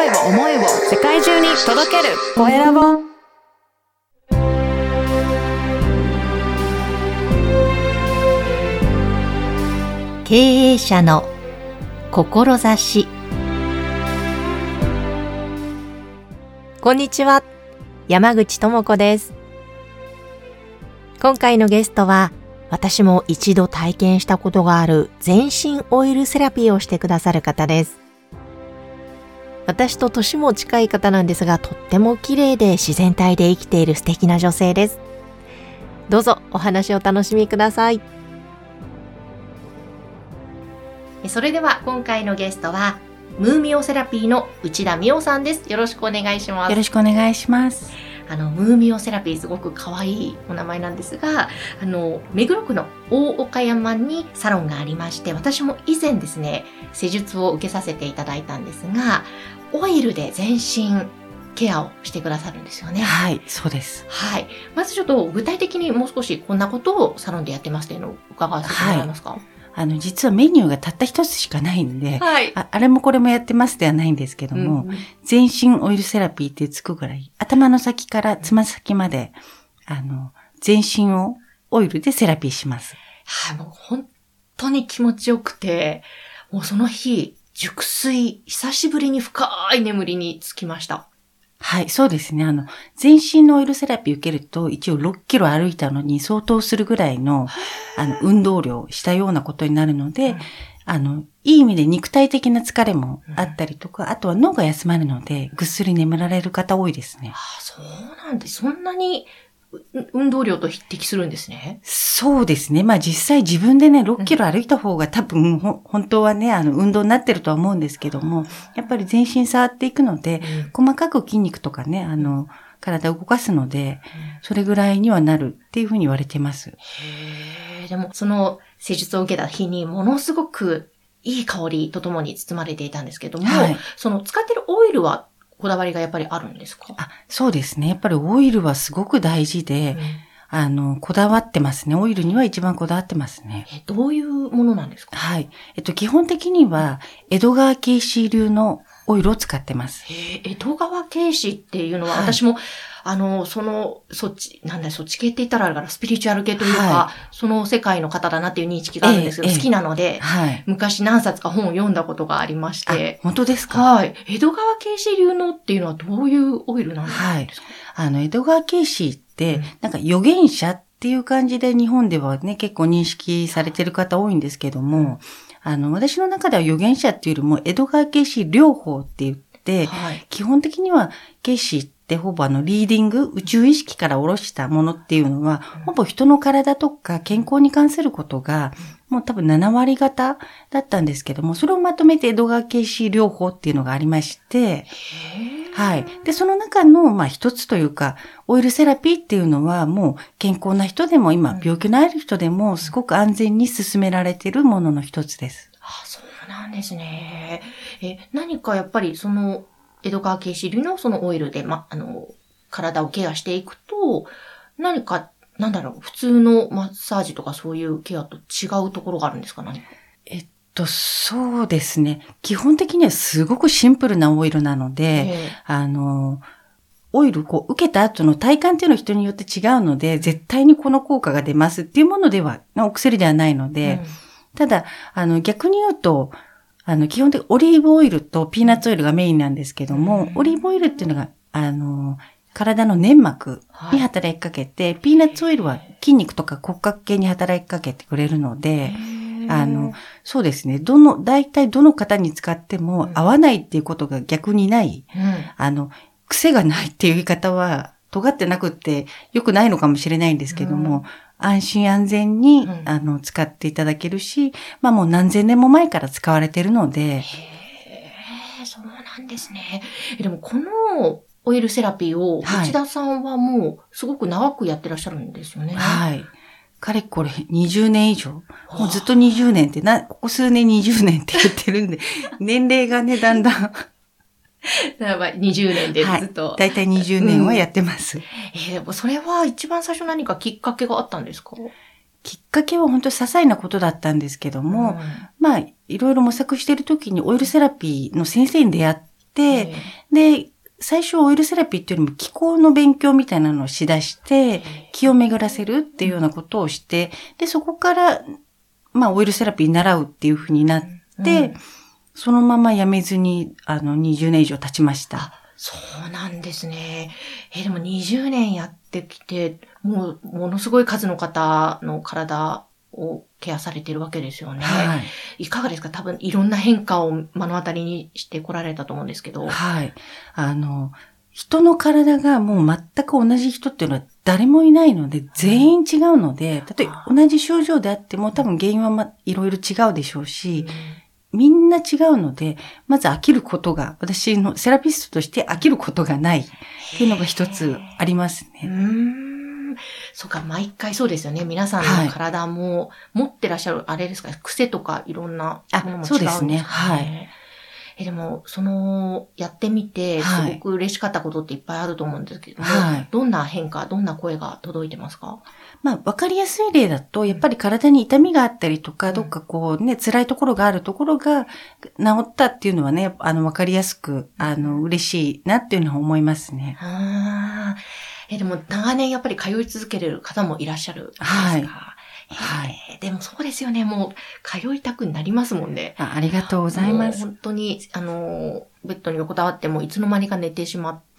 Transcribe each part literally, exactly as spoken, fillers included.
声を思いを世界中に届けるコエラボ。 経営者の志。こんにちは、山口智子です。今回のゲストは、私も一度体験したことがある全身オイルセラピーをしてくださる方です。私と年も近い方なんですが、とっても綺麗で自然体で生きている素敵な女性です。どうぞお話を楽しみください。それでは今回のゲストはムーミオセラピーの内田美桜さんです。よろしくお願いします。 よろしくお願いします。 あのムーミオセラピー、すごく可愛いお名前なんですが、あの目黒区の大岡山にサロンがありまして、私も以前ですね施術を受けさせていただいたんですが、オイルで全身ケアをしてくださるんですよね。 はい、そうです。 はい。まずちょっと具体的にもう少しこんなことをサロンでやってますっていうのを伺わせてもらえますか？はい、 あの、実はメニューがたった一つしかないんで、はい、あ, あれもこれもやってますではないんですけども、うんうん、全身オイルセラピーってつくぐらい、頭の先からつま先まで、あの、全身をオイルでセラピーします。 はい、もう本当に気持ちよくて、もうその日、熟睡、久しぶりに深い眠りにつきました。 はい、そうですね。あの、全身のオイルセラピー受けると、一応ろっキロ歩いたのに相当するぐらいの、あの、運動量したようなことになるので、うん、あの、いい意味で肉体的な疲れもあったりとか、うん、あとは脳が休まるので、ぐっすり眠られる方多いですね。 ああ、そうなんです。そんなに運動量と匹敵するんですね。 そうですね。まあ実際自分でね、ろっキロ歩いた方が多分、うん、本当はね、あの、運動になってるとは思うんですけども、やっぱり全身触っていくので、うん、細かく筋肉とかね、あの、体を動かすので、それぐらいにはなるっていうふうに言われてます。 へー。でも、その施術を受けた日にものすごくいい香りとともに包まれていたんですけども、はい、その使ってるオイルはこだわりがやっぱりあるんですか？ あ、そうですね。やっぱりオイルはすごく大事で、うん、あの、こだわってますね。オイルには一番こだわってますね。 え、どういうものなんですか？ はい。えっと、基本的には、江戸川慶子流のオイルを使ってます。 へえ、江戸川慶子っていうのは、はい、私も、あの、その、そっち、なんだ、そっち系って言ったらあるから、スピリチュアル系というか、はい、その世界の方だなっていう認識があるんですけど、ええ、好きなので、はい、昔何冊か本を読んだことがありまして。 本当ですか？ はい。江戸川慶子流のっていうのはどういうオイルなんですか？はい。 あの、江戸川慶子って、うん、なんか預言者っていう感じで日本ではね、結構認識されてる方多いんですけども、うん、あの、私の中では預言者っていうよりも、江戸川慶子療法って言って、はい、基本的には慶子ってほぼあのリーディング、宇宙意識から下ろしたものっていうのは、うん、ほぼ人の体とか健康に関することが、もう多分なな割方だったんですけども、それをまとめて江戸川慶子療法っていうのがありまして、はい。で、その中の、まあ一つというか、オイルセラピーっていうのはもう健康な人でも今、病気のある人でもすごく安全に進められているものの一つです。 ああ、そうなんですね。え、何かやっぱりその、江戸川慶子流のそのオイルで、ま、あの、体をケアしていくと、何か、なんだろう、普通のマッサージとかそういうケアと違うところがあるんですか？何か。 えっと、そうですね。基本的にはすごくシンプルなオイルなので、えー、あの、オイルこう受けた後の体感っていうのは人によって違うので、絶対にこの効果が出ますっていうものでは、お薬ではないので、うん、ただ、あの、逆に言うと、あの、基本的にオリーブオイルとピーナッツオイルがメインなんですけども、うん、オリーブオイルっていうのが、あの、体の粘膜に働きかけて、はい、ピーナッツオイルは筋肉とか骨格系に働きかけてくれるので、あの、そうですね。どの、大体どの方に使っても合わないっていうことが逆にない。うん、あの、癖がないっていう言い方は尖ってなくって良くないのかもしれないんですけども、うん、安心安全に、うん、あの、使っていただけるし、まあもう何千年も前から使われてるので。へー、そうなんですね。でもこのオイルセラピーを内田さんはもうすごく長くやってらっしゃるんですよね。 はい。かれこれにじゅうねん以上。もうずっとにじゅうねんってな、ここ数年にじゅうねんって言ってるんで、年齢がね、だんだん。 だからにじゅうねんでずっと。 はい、だいたいにじゅうねんはやってます。うん、 えー、でもそれは一番最初何かきっかけがあったんですか？ きっかけは本当に些細なことだったんですけども、うん、まあ、いろいろ模索しているときにオイルセラピーの先生に出会って、で、最初オイルセラピーっていうよりも気候の勉強みたいなのをしだして、気を巡らせるっていうようなことをして、で、そこから、まあ、オイルセラピー習うっていうふうになって、うん、そのまま辞めずに、あの、にじゅうねん以上経ちました。 そうなんですね。え、でもにじゅうねんやってきて、もう、ものすごい数の方の体をケアされてるわけですよね。はい。いかがですか？多分いろんな変化を目の当たりにしてこられたと思うんですけど。 はい。あの、人の体がもう全く同じ人っていうのは誰もいないので、全員違うので、例えば同じ症状であっても多分原因はまいろいろ違うでしょうし、うん、みんな違うので、まず飽きることが、私のセラピストとして飽きることがないっていうのが一つありますね。 うーん、そうか、毎回そうですよね。皆さんの体も持ってらっしゃる、あれですか、癖とかいろんなものも違うんですかね。 そうですね。はい。 え、でも、その、やってみて、すごく嬉しかったことっていっぱいあると思うんですけども、はい、どんな変化、どんな声が届いてますか？ まあ、わかりやすい例だと、やっぱり体に痛みがあったりとか、うん、どっかこうね、辛いところがあるところが治ったっていうのはね、あの、わかりやすく、あの、嬉しいなっていうのは思いますね。 あえ、でも、長年やっぱり通い続けてる方もいらっしゃるんですか？はい。はい。でもそうですよね。もう、通いたくなりますもんね。 あ、ありがとうございます。 本当に、あの、ベッドに横たわってもいつの間にか寝てしまって、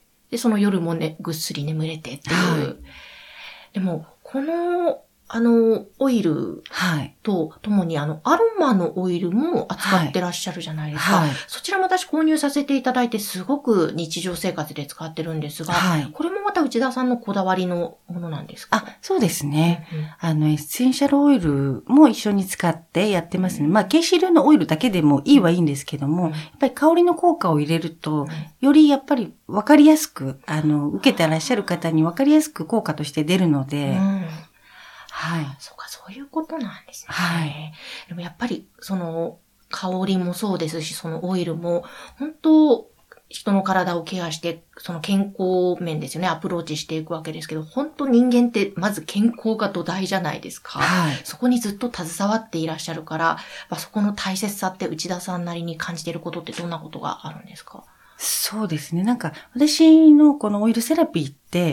で、その夜もね、ぐっすり眠れてっていう。はい、でも、この、あの、オイルとともに、あの、アロマのオイルも扱ってらっしゃるじゃないですか。はいはい、そちらも私購入させていただいて、すごく日常生活で使ってるんですが、はい、これもまた内田さんのこだわりのものなんですか？ あ、そうですね。うん、あの、エッセンシャルオイルも一緒に使ってやってますね。うん、まあ、ケイシールのオイルだけでもいいはいいんですけども、うん、やっぱり香りの効果を入れると、うん、よりやっぱり分かりやすく、あの、受けてらっしゃる方に分かりやすく効果として出るので、うんはい。そうか、そういうことなんですね。はい。でもやっぱり、その、香りもそうですし、そのオイルも、本当人の体をケアして、その健康面ですよね、アプローチしていくわけですけど、本当人間ってまず健康が土台じゃないですか。はい。そこにずっと携わっていらっしゃるから、まあ、そこの大切さって内田さんなりに感じていることってどんなことがあるんですか？ そうですね。なんか、私のこのオイルセラピーって、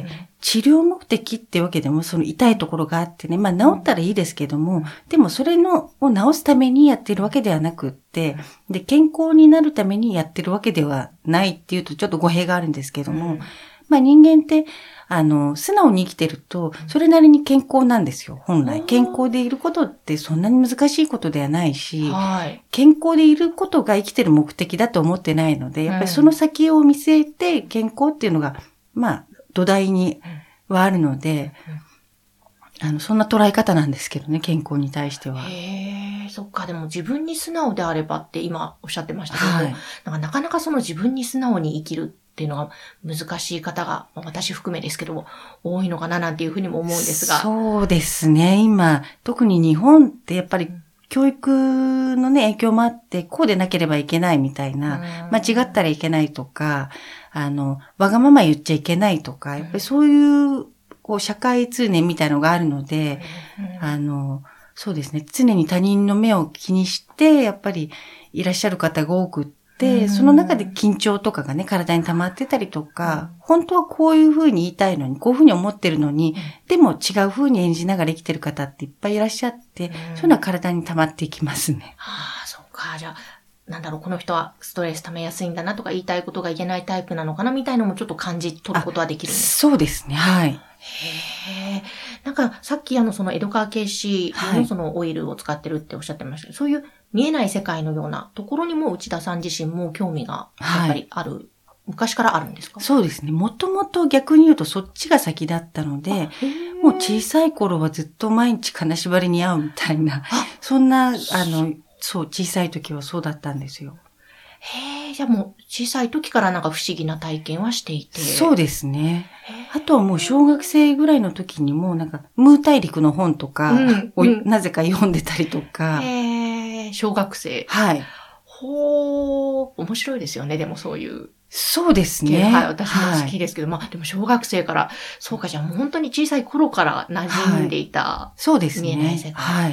治療目的ってわけでも、その痛いところがあってね、まあ治ったらいいですけども、でもそれのを治すためにやってるわけではなくって、で、健康になるためにやってるわけではないっていうとちょっと語弊があるんですけども、まあ人間って、あの、素直に生きてると、それなりに健康なんですよ、本来。健康でいることってそんなに難しいことではないし、はい、健康でいることが生きてる目的だと思ってないので、やっぱりその先を見据えて健康っていうのが、まあ、土台にはあるので、あの、そんな捉え方なんですけどね、健康に対しては。 へー、そっか、でも自分に素直であればって今おっしゃってましたけど、はい、なんかなかなかその自分に素直に生きるっていうのが難しい方が、私含めですけど、多いのかななんていうふうにも思うんですが。 そうですね。今、特に日本ってやっぱり教育のね、影響もあって、こうでなければいけないみたいな、間違ったらいけないとか、あの、わがまま言っちゃいけないとか、やっぱりそういう、こう、社会通念みたいのがあるので、あの、そうですね。常に他人の目を気にして、やっぱりいらっしゃる方が多くって、で、その中で緊張とかがね、体に溜まってたりとか、本当はこういう風に言いたいのに、こういう風に思ってるのに、でも違う風に演じながら生きてる方っていっぱいいらっしゃって、そういうのは体に溜まっていきますね。 ああ、そうか。じゃあ、なんだろう、この人はストレス溜めやすいんだなとか言いたいことが言えないタイプなのかなみたいのもちょっと感じ取ることはできるんですか？そうですね、はい。へえ。なんか、さっきあの、その江戸川慶史のそのオイルを使ってるっておっしゃってましたけど、はい、そういう見えない世界のようなところにも内田さん自身も興味がやっぱりある、はい、昔からあるんですか？ そうですね。もともと逆に言うとそっちが先だったので、もう小さい頃はずっと毎日金縛りに会うみたいな、そんな、あの、そう、小さい時はそうだったんですよ。 へえ、じゃあもう小さい時からなんか不思議な体験はしていて。 そうですね。あとはもう小学生ぐらいの時にもなんかムー大陸の本とかを、うんうん、なぜか読んでたりとか。 へえ、小学生。 はい。 ほー、面白いですよね、でもそういう。 そうですね。 はい、私も好きですけど、はい、まあでも小学生から、そうか、じゃあもう本当に小さい頃から馴染んでいた。 はい、そうですね。 見えない世界。はい。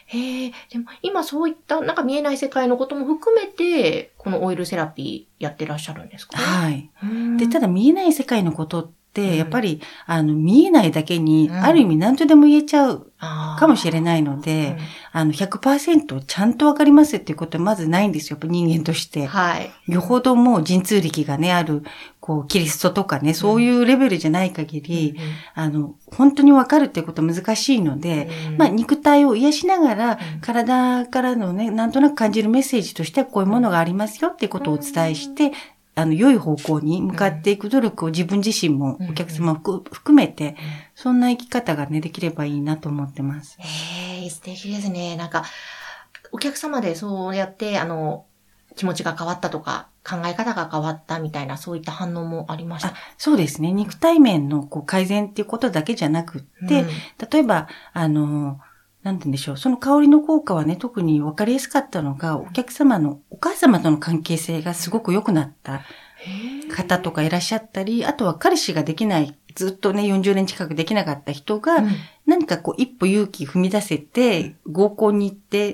へえ、でも今そういったなんか見えない世界のことも含めて、このオイルセラピーやってらっしゃるんですかね。 はい。 うんで、ただ見えない世界のことって、 うんやっぱり、あの、見えないだけに、 うんある意味何とでも言えちゃうあーかもしれないので、あの、ひゃくパーセント ちゃんとわかりますっていうことはまずないんですよ。やっぱ人間としうんて。 はい。 よほどもう神通力がね、ある、こう、キリストとかね、そういうレベルじゃない限り、 うんうんあの、本当にわかるっていうことは難しいので、 うんまあ、肉体を癒しながら、 うん体からのね、なんとなく感じるメッセージとしてはこういうものがありますよっていうことをお伝えして、あの、良い方向に向かっていく努力を自分自身もお客様も含含めて、そんな生き方がね、できればいいなと思ってます。 へえ、素敵ですね。なんか、お客様でそうやって、あの、気持ちが変わったとか、考え方が変わったみたいな、そういった反応もありましたあ。そうですね。肉体面のこう改善っていうことだけじゃなくって、 うん例えば、あの、なんて言うんでしょう。その香りの効果はね、特に分かりやすかったのが、お客様の、お母様との関係性がすごく良くなった方とかいらっしゃったり、あとは彼氏ができない、ずっとね、よんじゅうねん近くできなかった人が、 うん何かこう、一歩勇気踏み出せて、合コンに行って、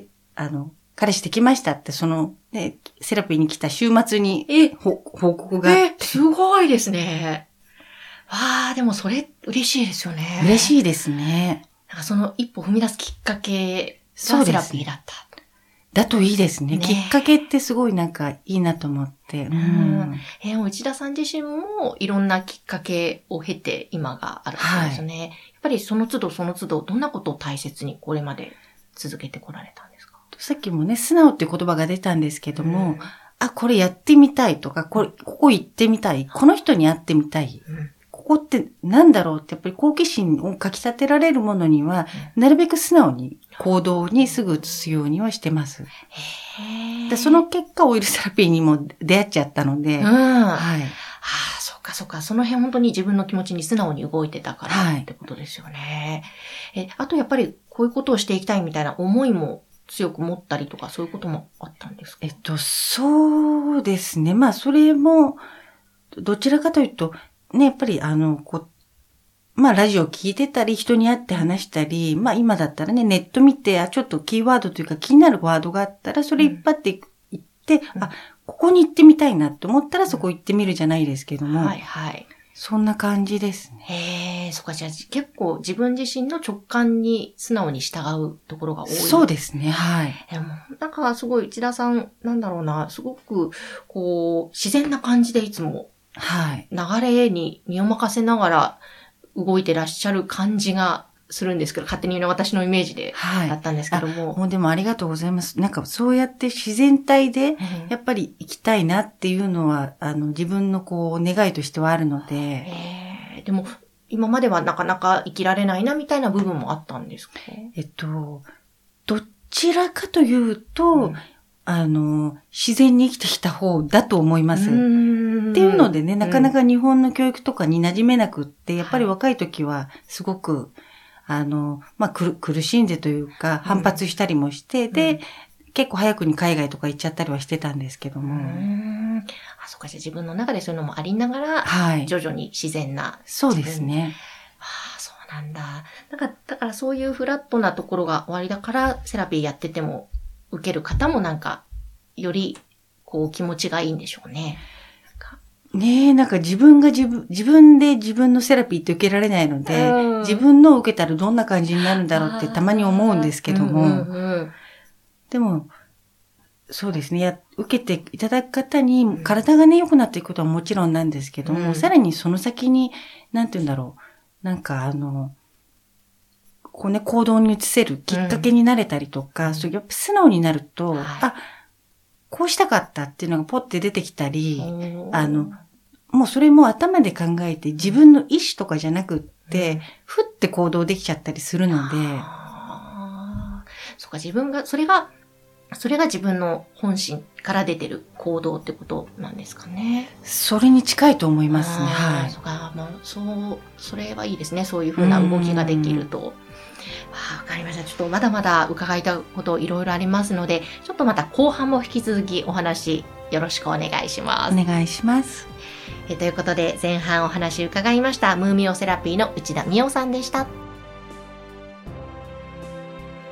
あの、彼氏できましたって、その、ね、セラピーに来た週末に、 えほ報告があっえ、 て、 すごいですね。わあ、でもそれ嬉しいですよね。い。 嬉しいですね。 なんかその一歩踏み出すきっかけそうですがセラピーだった。 だといいですね。 ねきっかけってすごいなんかいいなと思って。うんえー、内田さん自身もいろんなきっかけを経て今があるわけですよね。やっぱりその都度その都度どんなことを大切にこれまで続けてこられたんですか？ さっきもね、素直っていう言葉が出たんですけども、 うんあ、これやってみたいとか、これ、ここ行ってみたい、この人に会ってみたい。 うんここってなんだろうってやっぱり好奇心をかき立てられるものには、なるべく素直に行動にすぐ移すようにはしてます。 へーでその結果、オイルセラピーにも出会っちゃったので、 うん。 はい。 ああ、そっかそっか。その辺本当に自分の気持ちに素直に動いてたからはいってことですよね。え、あとやっぱりこういうことをしていきたいみたいな思いも強く持ったりとかそういうこともあったんですか？ えっと、そうですね。まあ、それも、どちらかというと、ね、やっぱりあの、こう、まあ、ラジオ聞いてたり、人に会って話したり、まあ、今だったらね、ネット見て、あ、ちょっとキーワードというか気になるワードがあったら、それ引っ張っていく行って、 うんあ、ここに行ってみたいなって思ったら、そこ行ってみるじゃないですけども、 はいはい。 そんな感じですね。 へえ、そっか、じゃあ結構自分自身の直感に素直に従うところが多い。 そうですね、はい。 でも、なんかすごい内田さん、なんだろうな、すごく、こう、自然な感じでいつもはい。 流れに身を任せながら動いてらっしゃる感じがするんですけど、勝手に私のイメージではいだったんですけども。 もうでもありがとうございます。なんかそうやって自然体で、 うんやっぱり行きたいなっていうのは、あの、自分のこう、願いとしてはあるので、 へーでも、今まではなかなか生きられないなみたいな部分もあったんですか？ えっと、どちらかというと、 うんあの、自然に生きてきた方だと思います。 うっーんていうのでね、なかなか、 か日本の教育とかに馴染めなくって、やっぱり若い時はすごく、あの、まあ、苦苦しんでというか、反発したりもして、で、結構早くに海外とか行っちゃったりはしてたんですけどうーも、 んあ、そっか、じゃあ自分の中でそういうのもありながら、 はい。 徐々に自然な。 そうですね。 ああ、そうなんだ。なんか、だからそういうフラットなところが終わりだから、セラピーやってても、受ける方もなんか、より、こう、気持ちがいいんでしょうね。 ねえ、なんか自分が自分、自分で自分のセラピーって受けられないので、 うん自分のを受けたらどんな感じになるんだろうってたまに思うんですけども、 うんうんうんでも、そうですね。や、受けていただく方に、体がね、良くなっていくことはもちろんなんですけども、 うんさらにその先に、なんて言うんだろう。なんかあの、こうね、行動に移せるきっかけになれたりとか、 うんそういうやっぱ素直になると、 はいあ、こうしたかったっていうのがポッて出てきたり、 うんあの、もうそれも頭で考えて自分の意思とかじゃなくって、 うんふって行動できちゃったりするので、 あーそうか、自分が、それが、それが自分の本心から出てる行動ってことなんですかね。 それに近いと思いますね。 あーはい。 そうか、まあ、そう、それはいいですね。そういうふうな動きができると。あーわかりました。ちょっとまだまだ伺いたいこといろいろありますので、ちょっとまた後半も引き続きお話よろしくお願いします。 お願いします。 えということで、前半お話伺いましたムーミオセラピーの内田美代さんでした。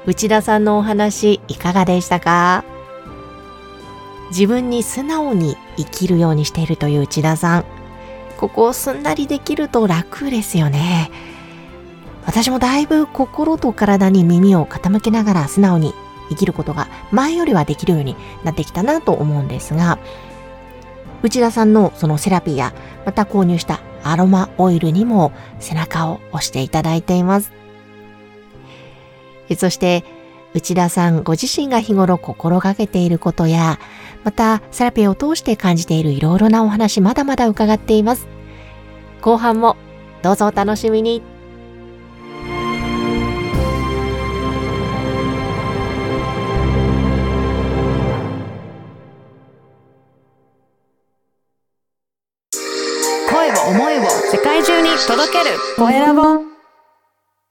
内田さんのお話いかがでしたか？自分に素直に生きるようにしているという内田さん。ここをすんなりできると楽ですよね。私もだいぶ心と体に耳を傾けながら素直に生きることが前よりはできるようになってきたなと思うんですが、内田さんのそのセラピーやまた購入したアロマオイルにも背中を押していただいています。そして内田さんご自身が日頃心がけていることや、またセラピーを通して感じているいろいろなお話まだまだ伺っています。後半もどうぞお楽しみに。 声を思いを世界中に届けるコエラボ。